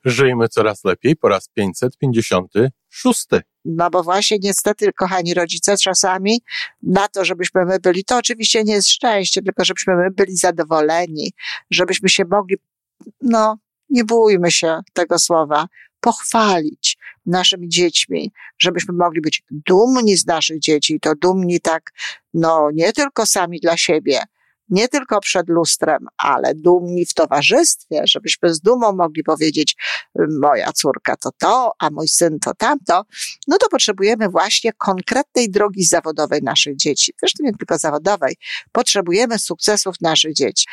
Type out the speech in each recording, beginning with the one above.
Żyjmy coraz lepiej po raz 556. No bo właśnie niestety, kochani rodzice, czasami na to, żebyśmy my byli, to oczywiście nie jest szczęście, tylko żebyśmy my byli zadowoleni, żebyśmy się mogli, no nie bójmy się tego słowa, pochwalić naszymi dziećmi, żebyśmy mogli być dumni z naszych dzieci, to dumni tak, no nie tylko sami dla siebie, nie tylko przed lustrem, ale dumni w towarzystwie, żebyśmy z dumą mogli powiedzieć, moja córka to, a mój syn to tamto, no to potrzebujemy właśnie konkretnej drogi zawodowej naszych dzieci. Zresztą nie tylko zawodowej. Potrzebujemy sukcesów naszych dzieci.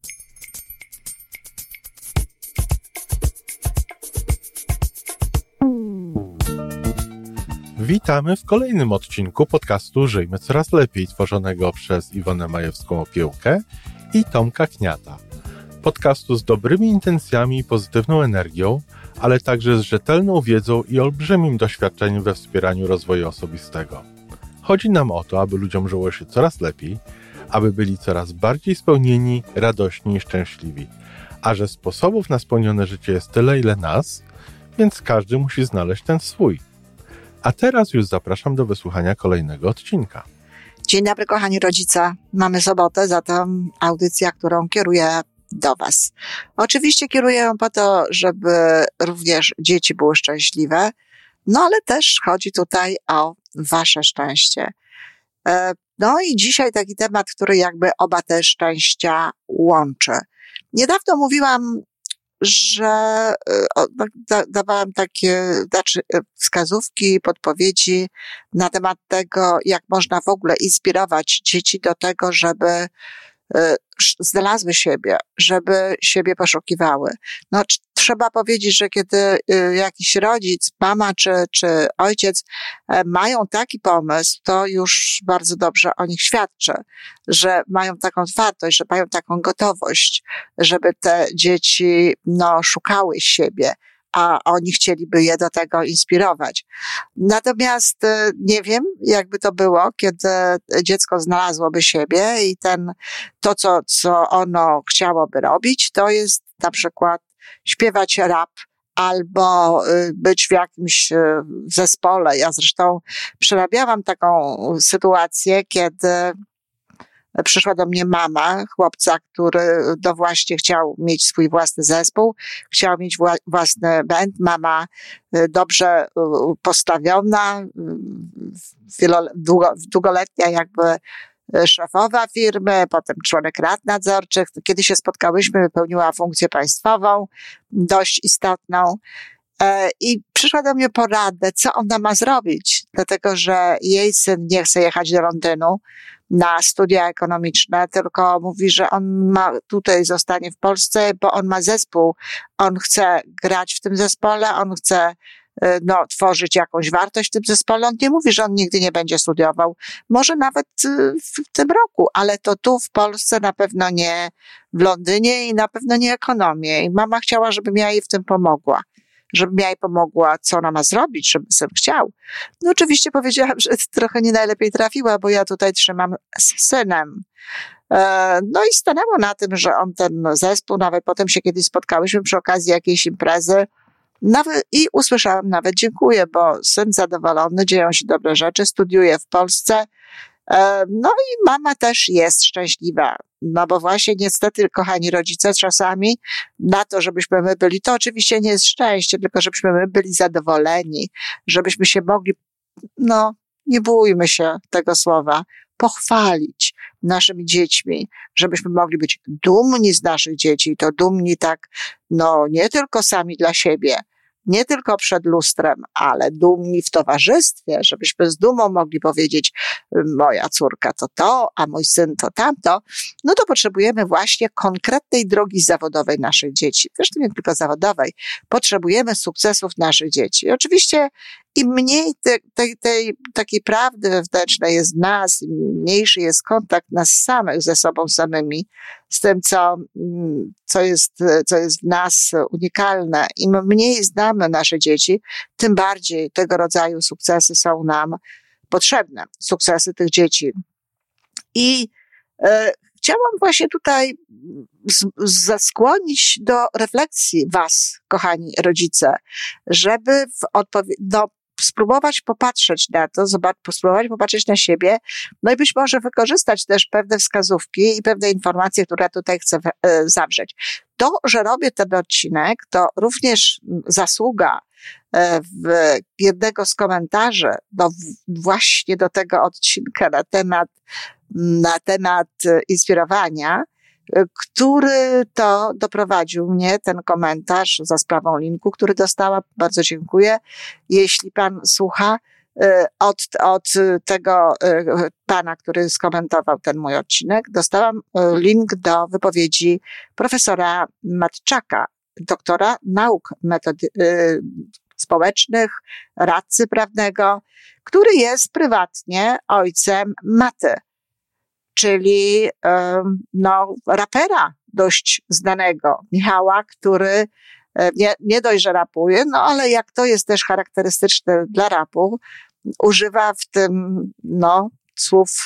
Witamy w kolejnym odcinku podcastu Żyjmy Coraz Lepiej, tworzonego przez Iwonę Majewską-Opiełkę i Tomka Kniata. Podcastu z dobrymi intencjami i pozytywną energią, ale także z rzetelną wiedzą i olbrzymim doświadczeniem we wspieraniu rozwoju osobistego. Chodzi nam o to, aby ludziom żyło się coraz lepiej, aby byli coraz bardziej spełnieni, radośni i szczęśliwi. A że sposobów na spełnione życie jest tyle, ile nas, więc każdy musi znaleźć ten swój. A teraz już zapraszam do wysłuchania kolejnego odcinka. Dzień dobry, kochani rodzice. Mamy sobotę, zatem audycja, którą kieruję do Was. Oczywiście kieruję ją po to, żeby również dzieci były szczęśliwe, no ale też chodzi tutaj o Wasze szczęście. No i dzisiaj taki temat, który jakby oba te szczęścia łączy. Niedawno mówiłam, że dawałam takie wskazówki, podpowiedzi na temat tego, jak można w ogóle inspirować dzieci do tego, żeby znalazły siebie, żeby siebie poszukiwały. No, trzeba powiedzieć, że kiedy jakiś rodzic, mama czy ojciec mają taki pomysł, to już bardzo dobrze o nich świadczy, że mają taką otwartość, że mają taką gotowość, żeby te dzieci, szukały siebie, a oni chcieliby je do tego inspirować. Natomiast nie wiem, jakby to było, kiedy dziecko znalazłoby siebie i co ono chciałoby robić, to jest na przykład śpiewać rap albo być w jakimś zespole. Ja zresztą przerabiałam taką sytuację, kiedy przyszła do mnie mama chłopca, który właśnie chciał mieć swój własny zespół, chciał mieć własny band. Mama dobrze postawiona, długoletnia jakby szefowa firmy, potem członek rad nadzorczych. Kiedy się spotkałyśmy, wypełniła funkcję państwową, dość istotną. I przyszła do mnie poradę, co ona ma zrobić, dlatego że jej syn nie chce jechać do Londynu na studia ekonomiczne, tylko mówi, że on tutaj zostanie w Polsce, bo on ma zespół, on chce grać w tym zespole, on chce tworzyć jakąś wartość w tym zespole. On nie mówi, że on nigdy nie będzie studiował. Może nawet w tym roku, ale to tu w Polsce, na pewno nie w Londynie i na pewno nie ekonomię. I mama chciała, żebym ja jej w tym pomogła. Żebym ja jej pomogła, co ona ma zrobić, żeby syn chciał. No oczywiście powiedziałam, że trochę nie najlepiej trafiła, bo ja tutaj trzymam z synem. No i stanęło na tym, że on ten zespół, nawet potem się kiedyś spotkałyśmy przy okazji jakiejś imprezy, i usłyszałam nawet dziękuję, bo syn zadowolony, dzieją się dobre rzeczy, studiuje w Polsce. No i mama też jest szczęśliwa. No bo właśnie niestety, kochani rodzice, czasami na to, żebyśmy my byli, to oczywiście nie jest szczęście, tylko żebyśmy my byli zadowoleni, żebyśmy się mogli, nie bójmy się tego słowa, pochwalić naszymi dziećmi, żebyśmy mogli być dumni z naszych dzieci, to dumni tak, nie tylko sami dla siebie, nie tylko przed lustrem, ale dumni w towarzystwie, żebyśmy z dumą mogli powiedzieć, moja córka to, a mój syn to tamto, no to potrzebujemy właśnie konkretnej drogi zawodowej naszych dzieci. Zresztą nie tylko zawodowej. Potrzebujemy sukcesów naszych dzieci. I oczywiście im mniej tej takiej prawdy wewnętrznej jest w nas, im mniejszy jest kontakt nas samych ze sobą samymi, z tym, co jest w nas unikalne. Im mniej znamy nasze dzieci, tym bardziej tego rodzaju sukcesy są nam potrzebne. Sukcesy tych dzieci. I chciałam właśnie tutaj skłonić do refleksji was, kochani rodzice, żeby spróbować popatrzeć na to, spróbować popatrzeć na siebie, no i być może wykorzystać też pewne wskazówki i pewne informacje, które tutaj chcę zawrzeć. To, że robię ten odcinek, to również zasługa jednego z komentarzy właśnie do tego odcinka na temat inspirowania, który to doprowadził mnie, ten komentarz za sprawą linku, który dostałam. Bardzo dziękuję. Jeśli pan słucha, od tego pana, który skomentował ten mój odcinek, dostałam link do wypowiedzi profesora Matczaka, doktora nauk społecznych, radcy prawnego, który jest prywatnie ojcem Maty, czyli rapera dość znanego, Michała, który nie dość, że rapuje, no ale jak to jest też charakterystyczne dla rapu, używa w tym słów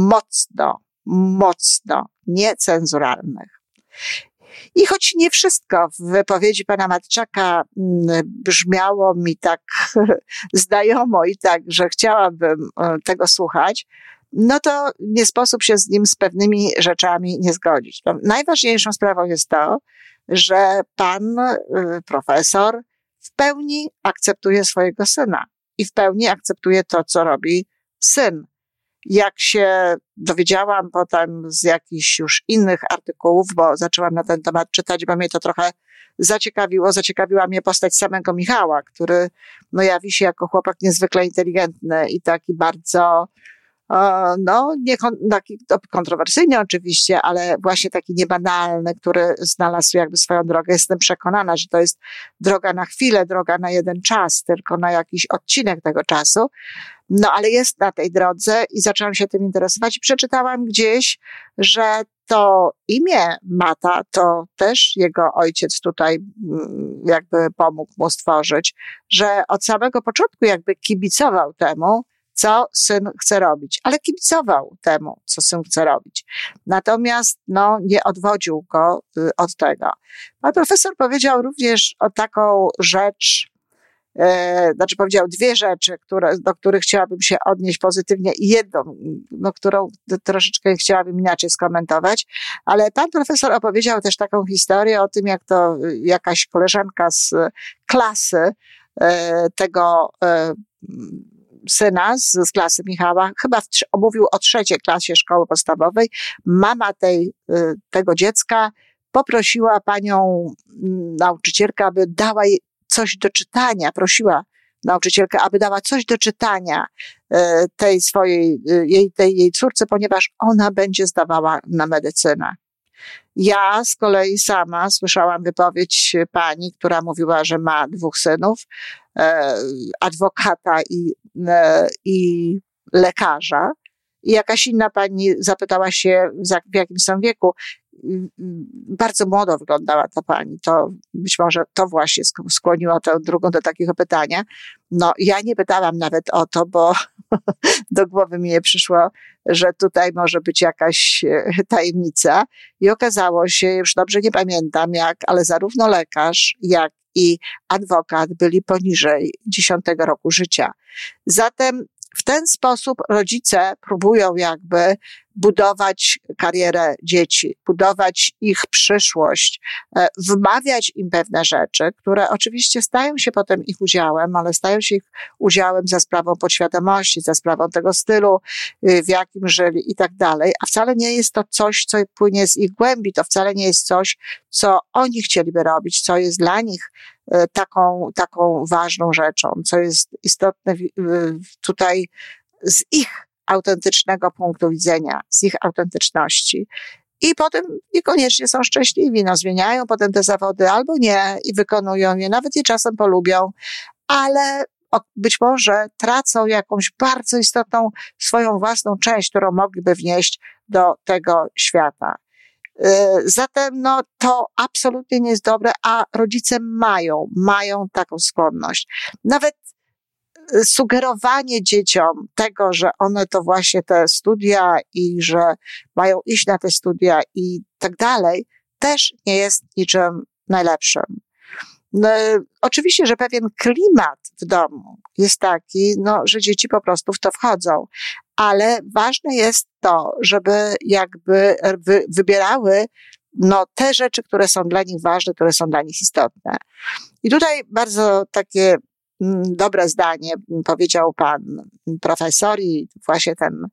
mocno niecenzuralnych. I choć nie wszystko w wypowiedzi pana Matczaka brzmiało mi tak znajomo i tak, że chciałabym tego słuchać, no to nie sposób się z nim z pewnymi rzeczami nie zgodzić. Najważniejszą sprawą jest to, że pan profesor w pełni akceptuje swojego syna i w pełni akceptuje to, co robi syn. Jak się dowiedziałam potem z jakichś już innych artykułów, bo zaczęłam na ten temat czytać, bo mnie to trochę zaciekawiła mnie postać samego Michała, który jawi się jako chłopak niezwykle inteligentny i taki bardzo taki kontrowersyjny oczywiście, ale właśnie taki niebanalny, który znalazł jakby swoją drogę. Jestem przekonana, że to jest droga na chwilę, droga na jeden czas, tylko na jakiś odcinek tego czasu. Ale jest na tej drodze i zaczęłam się tym interesować i przeczytałam gdzieś, że to imię Mata to też jego ojciec tutaj jakby pomógł mu stworzyć, że od samego początku jakby kibicował temu, co syn chce robić, ale kibicował temu, co syn chce robić. Natomiast nie odwodził go od tego. Pan profesor powiedział również o taką rzecz, powiedział dwie rzeczy, do których chciałabym się odnieść pozytywnie i jedną, którą troszeczkę chciałabym inaczej skomentować, ale pan profesor opowiedział też taką historię o tym, jak to jakaś koleżanka z klasy tego syna z klasy Michała, chyba omówił o 3. klasie szkoły podstawowej, mama tego dziecka poprosiła panią nauczycielkę, aby dała jej coś do czytania, prosiła nauczycielkę, aby dała coś do czytania jej córce, ponieważ ona będzie zdawała na medycynę. Ja z kolei sama słyszałam wypowiedź pani, która mówiła, że ma 2 synów, adwokata i lekarza. I jakaś inna pani zapytała się, w jakim są wieku. Bardzo młodo wyglądała ta pani. To być może to właśnie skłoniło tę drugą do takiego pytania. Ja nie pytałam nawet o to, bo do głowy mi nie przyszło, że tutaj może być jakaś tajemnica. I okazało się, już dobrze nie pamiętam jak, ale zarówno lekarz, jak i adwokat byli poniżej 10 roku życia. Zatem w ten sposób rodzice próbują jakby budować karierę dzieci, budować ich przyszłość, wmawiać im pewne rzeczy, które oczywiście stają się potem ich udziałem, ale stają się ich udziałem za sprawą podświadomości, za sprawą tego stylu, w jakim żyli i tak dalej, a wcale nie jest to coś, co płynie z ich głębi, to wcale nie jest coś, co oni chcieliby robić, co jest dla nich taką ważną rzeczą, co jest istotne tutaj z ich autentycznego punktu widzenia, z ich autentyczności. I potem niekoniecznie są szczęśliwi, zmieniają potem te zawody albo nie i wykonują je, nawet je czasem polubią, ale być może tracą jakąś bardzo istotną swoją własną część, którą mogliby wnieść do tego świata. Zatem to absolutnie nie jest dobre, a rodzice mają taką skłonność. Nawet sugerowanie dzieciom tego, że one to właśnie te studia i że mają iść na te studia i tak dalej, też nie jest niczym najlepszym. No, oczywiście, że pewien klimat w domu jest taki, że dzieci po prostu w to wchodzą, ale ważne jest to, żeby jakby wybierały te rzeczy, które są dla nich ważne, które są dla nich istotne. I tutaj bardzo takie dobre zdanie powiedział pan profesor i właśnie ten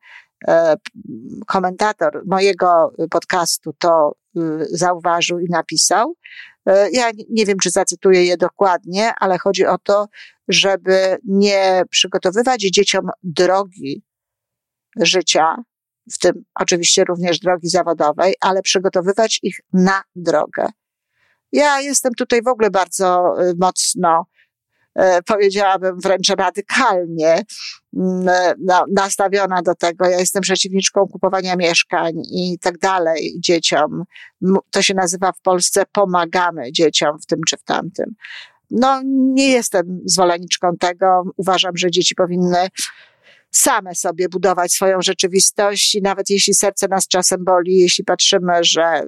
komentator mojego podcastu to zauważył i napisał. Ja nie wiem, czy zacytuję je dokładnie, ale chodzi o to, żeby nie przygotowywać dzieciom drogi życia, w tym oczywiście również drogi zawodowej, ale przygotowywać ich na drogę. Ja jestem tutaj w ogóle bardzo mocno, powiedziałabym wręcz radykalnie nastawiona do tego. Ja jestem przeciwniczką kupowania mieszkań i tak dalej dzieciom. To się nazywa w Polsce pomagamy dzieciom w tym czy w tamtym. Nie jestem zwolenniczką tego. Uważam, że dzieci powinny same sobie budować swoją rzeczywistość i nawet jeśli serce nas czasem boli, jeśli patrzymy, że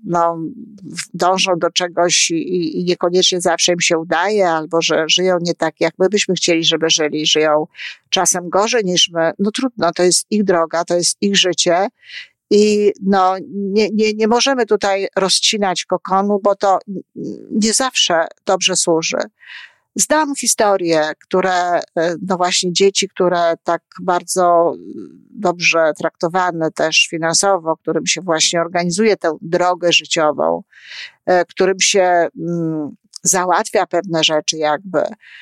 dążą do czegoś i niekoniecznie zawsze im się udaje, albo że żyją nie tak, jak my byśmy chcieli, żeby żyli, żyją czasem gorzej niż my, trudno, to jest ich droga, to jest ich życie i nie możemy tutaj rozcinać kokonu, bo to nie zawsze dobrze służy. Znam historie, które, właśnie dzieci, które tak bardzo dobrze traktowane też finansowo, którym się właśnie organizuje tę drogę życiową, którym się załatwia pewne rzeczy jakby,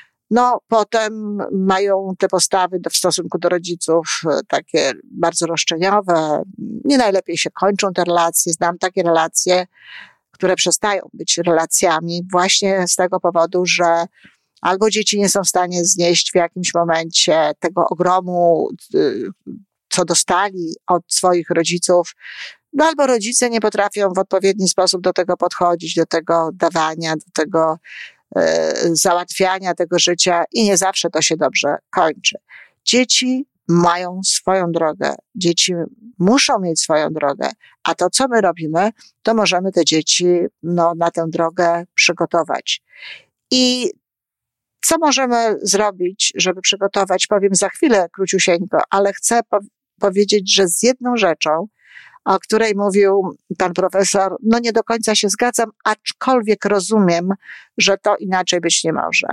potem mają te postawy w stosunku do rodziców takie bardzo roszczeniowe, nie najlepiej się kończą te relacje. Znam takie relacje, które przestają być relacjami właśnie z tego powodu, że albo dzieci nie są w stanie znieść w jakimś momencie tego ogromu, co dostali od swoich rodziców, albo rodzice nie potrafią w odpowiedni sposób do tego podchodzić, do tego dawania, do tego załatwiania tego życia i nie zawsze to się dobrze kończy. Dzieci mają swoją drogę, dzieci muszą mieć swoją drogę, a to, co my robimy, to możemy te dzieci na tę drogę przygotować. I co możemy zrobić, żeby przygotować, powiem za chwilę króciusieńko, ale chcę powiedzieć, że z jedną rzeczą, o której mówił pan profesor, nie do końca się zgadzam, aczkolwiek rozumiem, że to inaczej być nie może.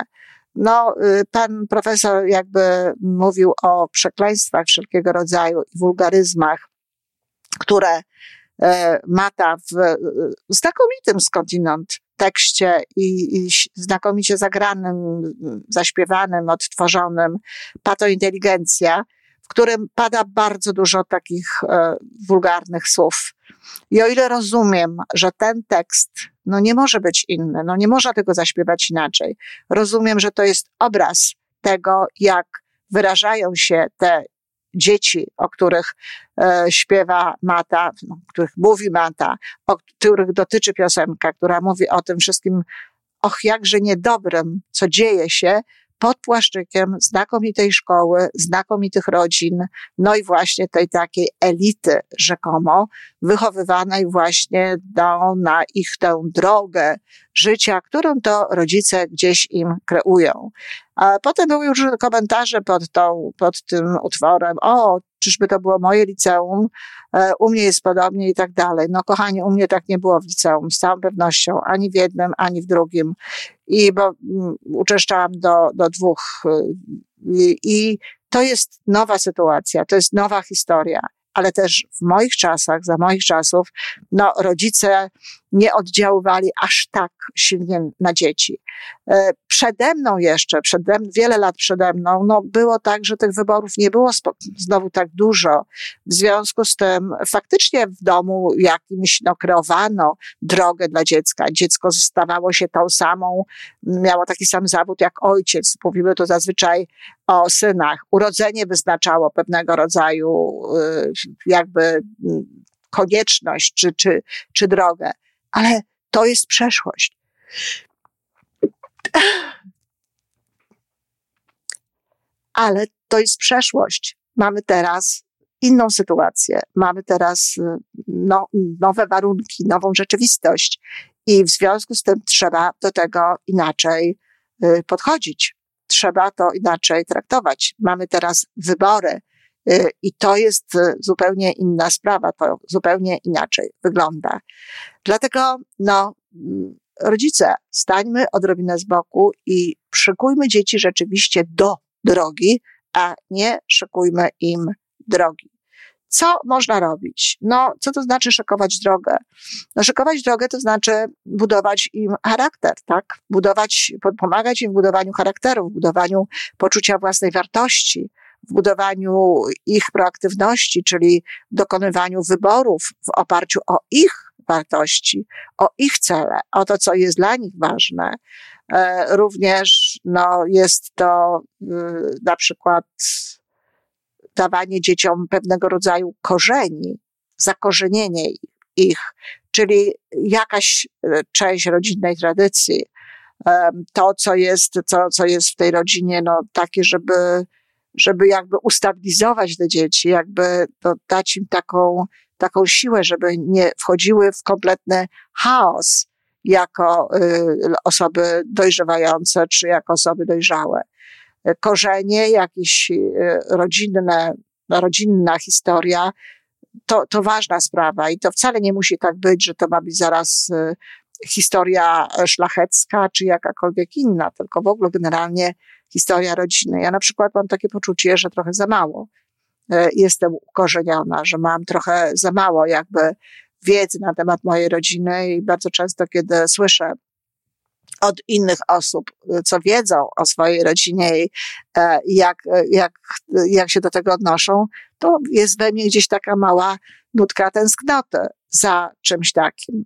Pan profesor jakby mówił o przekleństwach wszelkiego rodzaju i wulgaryzmach, które Mata w znakomitym skądinąd tekście i znakomicie zagranym, zaśpiewanym, odtworzonym Patointeligencja, w którym pada bardzo dużo takich wulgarnych słów. I o ile rozumiem, że ten tekst nie może być inny, nie można tego zaśpiewać inaczej, rozumiem, że to jest obraz tego, jak wyrażają się te dzieci, o których śpiewa Mata, o których mówi Mata, o których dotyczy piosenka, która mówi o tym wszystkim, jakże niedobrym, co dzieje się pod płaszczykiem znakomitej szkoły, znakomitych rodzin, i właśnie tej takiej elity rzekomo, wychowywanej właśnie na ich tę drogę życia, którą to rodzice gdzieś im kreują. A potem były już komentarze pod tym utworem, czyżby to było moje liceum, u mnie jest podobnie i tak dalej. Kochani, u mnie tak nie było w liceum, z całą pewnością, ani w jednym, ani w drugim. Bo uczęszczałam do dwóch. I to jest nowa sytuacja, to jest nowa historia. Ale też w moich czasach, za moich czasów, rodzice nie oddziaływali aż tak silnie na dzieci. Przede mną jeszcze, wiele lat przede mną, było tak, że tych wyborów nie było znowu tak dużo. W związku z tym faktycznie w domu jakimś, kreowano drogę dla dziecka. Dziecko stawało się tą samą, miało taki sam zawód jak ojciec. Mówimy to zazwyczaj o synach. Urodzenie wyznaczało pewnego rodzaju jakby konieczność czy drogę. Ale to jest przeszłość. ale to jest przeszłość. Mamy teraz inną sytuację, mamy teraz nowe warunki, nową rzeczywistość i w związku z tym trzeba do tego inaczej podchodzić. Trzeba to inaczej traktować. Mamy teraz wybory i to jest zupełnie inna sprawa, to zupełnie inaczej wygląda. Dlatego, rodzice, stańmy odrobinę z boku i szykujmy dzieci rzeczywiście do drogi, a nie szykujmy im drogi. Co można robić? Co to znaczy szykować drogę? Szykować drogę to znaczy budować im charakter, tak? Pomagać im w budowaniu charakteru, w budowaniu poczucia własnej wartości, w budowaniu ich proaktywności, czyli dokonywaniu wyborów w oparciu o ich wartości, o ich cele, o to, co jest dla nich ważne. Również, jest to na przykład dawanie dzieciom pewnego rodzaju korzeni, zakorzenienie ich, czyli jakaś część rodzinnej tradycji, to, co jest w tej rodzinie, takie, żeby jakby ustabilizować te dzieci, jakby dać im taką siłę, żeby nie wchodziły w kompletny chaos jako osoby dojrzewające, czy jako osoby dojrzałe. Korzenie, jakieś rodzinna historia, to ważna sprawa i to wcale nie musi tak być, że to ma być zaraz historia szlachecka, czy jakakolwiek inna, tylko w ogóle generalnie historia rodziny. Ja na przykład mam takie poczucie, że trochę za mało jestem ukorzeniona, że mam trochę za mało jakby wiedzy na temat mojej rodziny i bardzo często, kiedy słyszę od innych osób, co wiedzą o swojej rodzinie i jak się do tego odnoszą, to jest we mnie gdzieś taka mała nutka tęsknoty za czymś takim.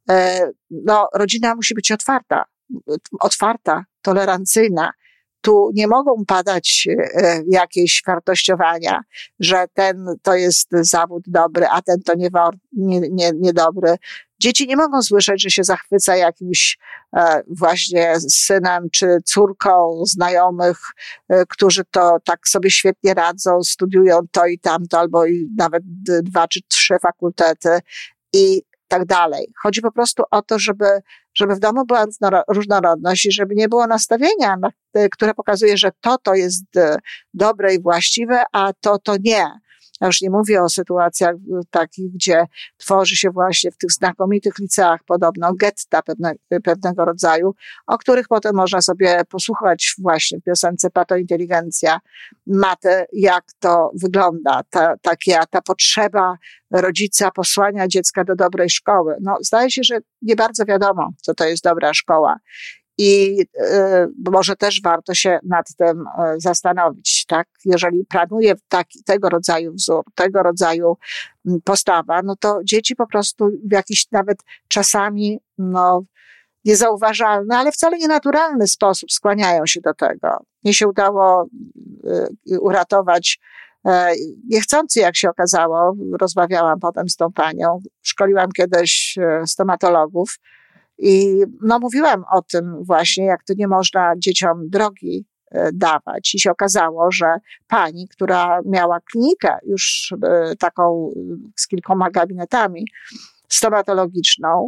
Rodzina musi być otwarta, tolerancyjna. Tu nie mogą padać jakieś wartościowania, że ten to jest zawód dobry, a ten to niedobry. Dzieci nie mogą słyszeć, że się zachwyca jakimś właśnie synem czy córką znajomych, którzy to tak sobie świetnie radzą, studiują to i tamto, albo i nawet 2 czy 3 fakultety i tak dalej. Chodzi po prostu o to, żeby w domu była różnorodność i żeby nie było nastawienia, które pokazuje, że to jest dobre i właściwe, a to nie. Ja już nie mówię o sytuacjach takich, gdzie tworzy się właśnie w tych znakomitych liceach podobno getta pewnego rodzaju, o których potem można sobie posłuchać właśnie w piosence Patointeligencja Maty, jak to wygląda, ta potrzeba rodzica posłania dziecka do dobrej szkoły. Zdaje się, że nie bardzo wiadomo, co to jest dobra szkoła. I może też warto się nad tym zastanowić, tak? Jeżeli planuje tego rodzaju wzór, tego rodzaju postawa, to dzieci po prostu w jakiś nawet czasami, niezauważalny, ale wcale nienaturalny sposób skłaniają się do tego. Mnie się udało uratować niechcący, jak się okazało, rozmawiałam potem z tą panią, szkoliłam kiedyś stomatologów, i mówiłam o tym właśnie, jak to nie można dzieciom drogi dawać. I się okazało, że pani, która miała klinikę już taką z kilkoma gabinetami stomatologiczną,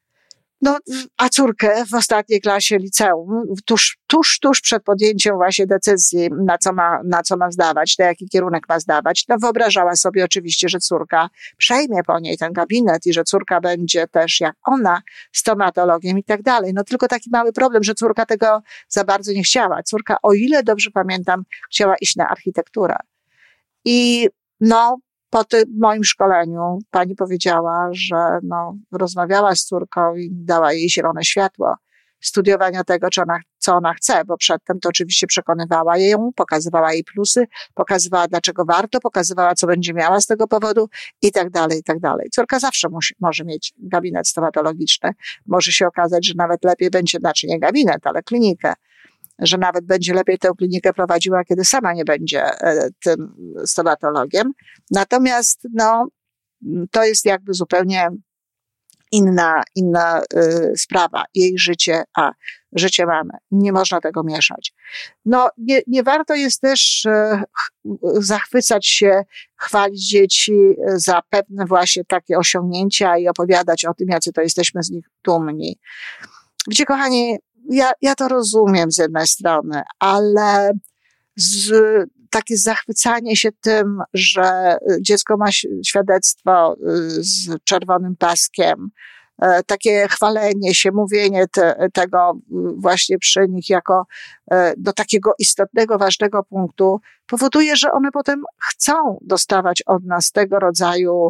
a córkę w ostatniej klasie liceum, tuż przed podjęciem właśnie decyzji, na co ma zdawać, na jaki kierunek ma zdawać, wyobrażała sobie oczywiście, że córka przejmie po niej ten gabinet i że córka będzie też jak ona stomatologiem i tak dalej. Tylko taki mały problem, że córka tego za bardzo nie chciała. Córka, o ile dobrze pamiętam, chciała iść na architekturę. I po tym moim szkoleniu pani powiedziała, że rozmawiała z córką i dała jej zielone światło studiowania tego, co ona chce, bo przedtem to oczywiście przekonywała ją, pokazywała jej plusy, pokazywała, dlaczego warto, pokazywała, co będzie miała z tego powodu i tak dalej, i tak dalej. Córka zawsze może mieć gabinet stomatologiczny. Może się okazać, że nawet lepiej będzie, nie gabinet, ale klinikę, że nawet będzie lepiej tę klinikę prowadziła, kiedy sama nie będzie tym stomatologiem. Natomiast to jest jakby zupełnie inna sprawa. Jej życie, a życie mamy. Nie można tego mieszać. No, nie warto jest też zachwycać się, chwalić dzieci za pewne właśnie takie osiągnięcia i opowiadać o tym, jacy to jesteśmy z nich dumni. Wiecie, kochani, ja to rozumiem z jednej strony, ale takie zachwycanie się tym, że dziecko ma świadectwo z czerwonym paskiem, takie chwalenie się, mówienie tego właśnie przy nich jako do takiego istotnego, ważnego punktu, powoduje, że one potem chcą dostawać od nas tego rodzaju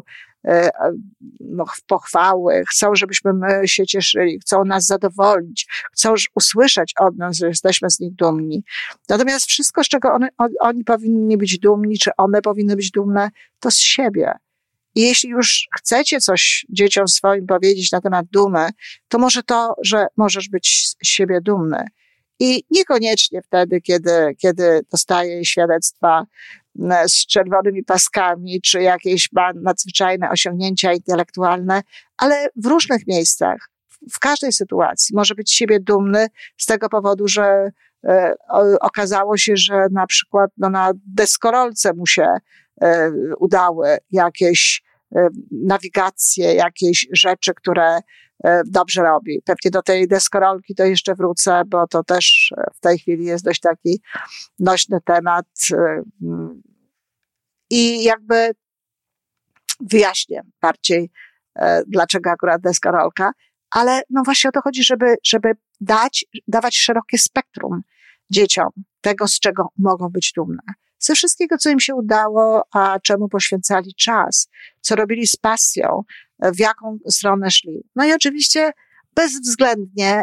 pochwały, chcą, żebyśmy my się cieszyli, chcą nas zadowolić, chcą usłyszeć od nas, że jesteśmy z nich dumni. Natomiast wszystko, z czego oni powinni być dumni, czy one powinny być dumne, to z siebie. I jeśli już chcecie coś dzieciom swoim powiedzieć na temat dumy, to może to, że możesz być z siebie dumny. I niekoniecznie wtedy, kiedy dostaje świadectwa z czerwonymi paskami, czy jakieś ma nadzwyczajne osiągnięcia intelektualne, ale w różnych miejscach, w każdej sytuacji może być z siebie dumny z tego powodu, że okazało się, że na przykład na deskorolce mu się udały jakieś nawigacje, jakieś rzeczy, które dobrze robi. Pewnie do tej deskorolki to jeszcze wrócę, bo to też w tej chwili jest dość taki nośny temat i jakby wyjaśnię bardziej, dlaczego akurat deskorolka, ale no właśnie o to chodzi, żeby dawać szerokie spektrum dzieciom tego, z czego mogą być dumne. Ze wszystkiego, co im się udało, a czemu poświęcali czas, co robili z pasją, w jaką stronę szli. No i oczywiście bezwzględnie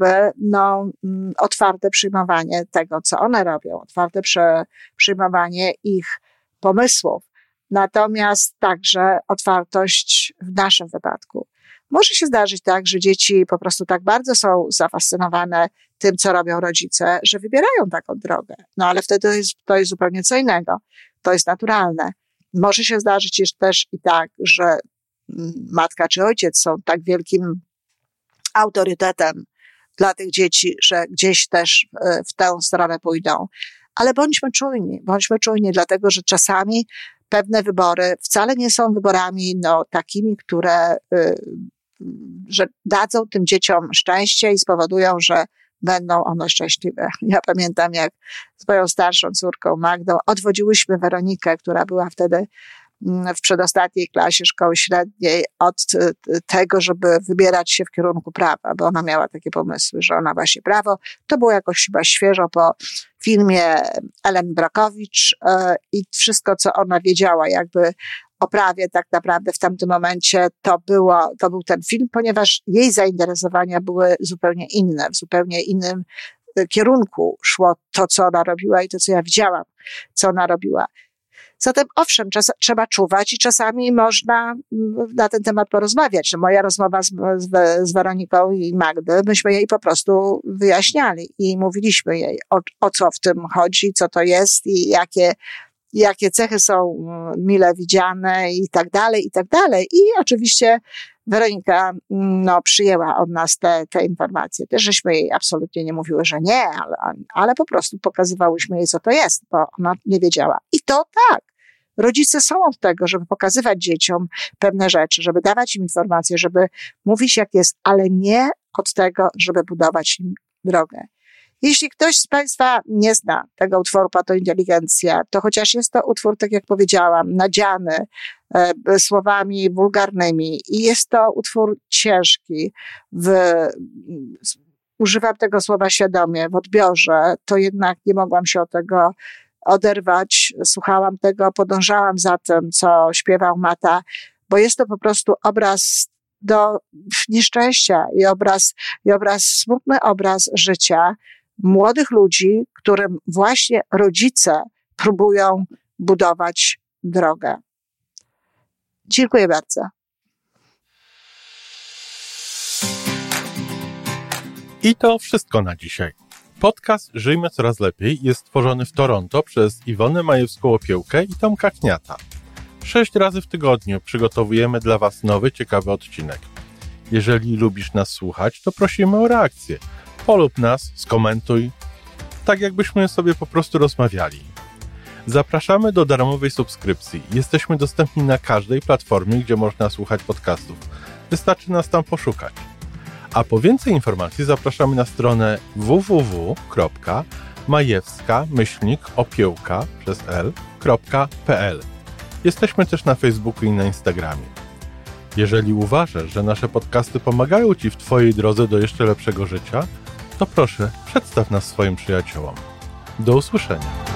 otwarte przyjmowanie tego, co one robią, otwarte przyjmowanie ich pomysłów. Natomiast także otwartość w naszym wypadku. Może się zdarzyć tak, że dzieci po prostu tak bardzo są zafascynowane tym, co robią rodzice, że wybierają taką drogę. No ale wtedy to jest zupełnie co innego. To jest naturalne. Może się zdarzyć też i tak, że matka czy ojciec są tak wielkim autorytetem dla tych dzieci, że gdzieś też w tę stronę pójdą. Ale bądźmy czujni, dlatego że czasami pewne wybory wcale nie są wyborami takimi, które że dadzą tym dzieciom szczęście i spowodują, że będą one szczęśliwe. Ja pamiętam, jak z moją starszą córką Magdą odwodziłyśmy Weronikę, która była wtedy w przedostatniej klasie szkoły średniej, od tego, żeby wybierać się w kierunku prawa, bo ona miała takie pomysły, że ona właśnie prawo. To było jakoś chyba świeżo po filmie Ellen Brockovich i wszystko, co ona wiedziała jakby o prawie tak naprawdę w tamtym momencie, to był ten film, ponieważ jej zainteresowania były zupełnie inne, w zupełnie innym kierunku szło to, co ona robiła i to, co ja widziałam, co ona robiła. Zatem owszem, trzeba czuwać i czasami można na ten temat porozmawiać. Moja rozmowa z Weroniką i Magdy, myśmy jej po prostu wyjaśniali i mówiliśmy jej, o co w tym chodzi, co to jest i jakie cechy są mile widziane i tak dalej, i tak dalej. I oczywiście Weronika przyjęła od nas te informacje. Też żeśmy jej absolutnie nie mówiły, że nie, ale po prostu pokazywałyśmy jej, co to jest, bo ona nie wiedziała. I to tak. Rodzice są od tego, żeby pokazywać dzieciom pewne rzeczy, żeby dawać im informacje, żeby mówić jak jest, ale nie od tego, żeby budować im drogę. Jeśli ktoś z Państwa nie zna tego utworu Patointeligencja, to chociaż jest to utwór, tak jak powiedziałam, nadziany słowami wulgarnymi i jest to utwór ciężki, używam tego słowa świadomie, w odbiorze, to jednak nie mogłam się od tego oderwać, słuchałam tego, podążałam za tym, co śpiewał Mata, bo jest to po prostu obraz do nieszczęścia smutny obraz życia młodych ludzi, którym właśnie rodzice próbują budować drogę. Dziękuję bardzo. I to wszystko na dzisiaj. Podcast Żyjmy Coraz Lepiej jest stworzony w Toronto przez Iwonę Majewską-Opiełkę i Tomka Kniata. 6 razy w tygodniu przygotowujemy dla Was nowy, ciekawy odcinek. Jeżeli lubisz nas słuchać, to prosimy o reakcję. Polub nas, skomentuj, tak jakbyśmy sobie po prostu rozmawiali. Zapraszamy do darmowej subskrypcji. Jesteśmy dostępni na każdej platformie, gdzie można słuchać podcastów. Wystarczy nas tam poszukać. A po więcej informacji zapraszamy na stronę www.majewska-opiełka.pl. Jesteśmy też na Facebooku i na Instagramie. Jeżeli uważasz, że nasze podcasty pomagają Ci w Twojej drodze do jeszcze lepszego życia, to proszę, przedstaw nas swoim przyjaciołom. Do usłyszenia.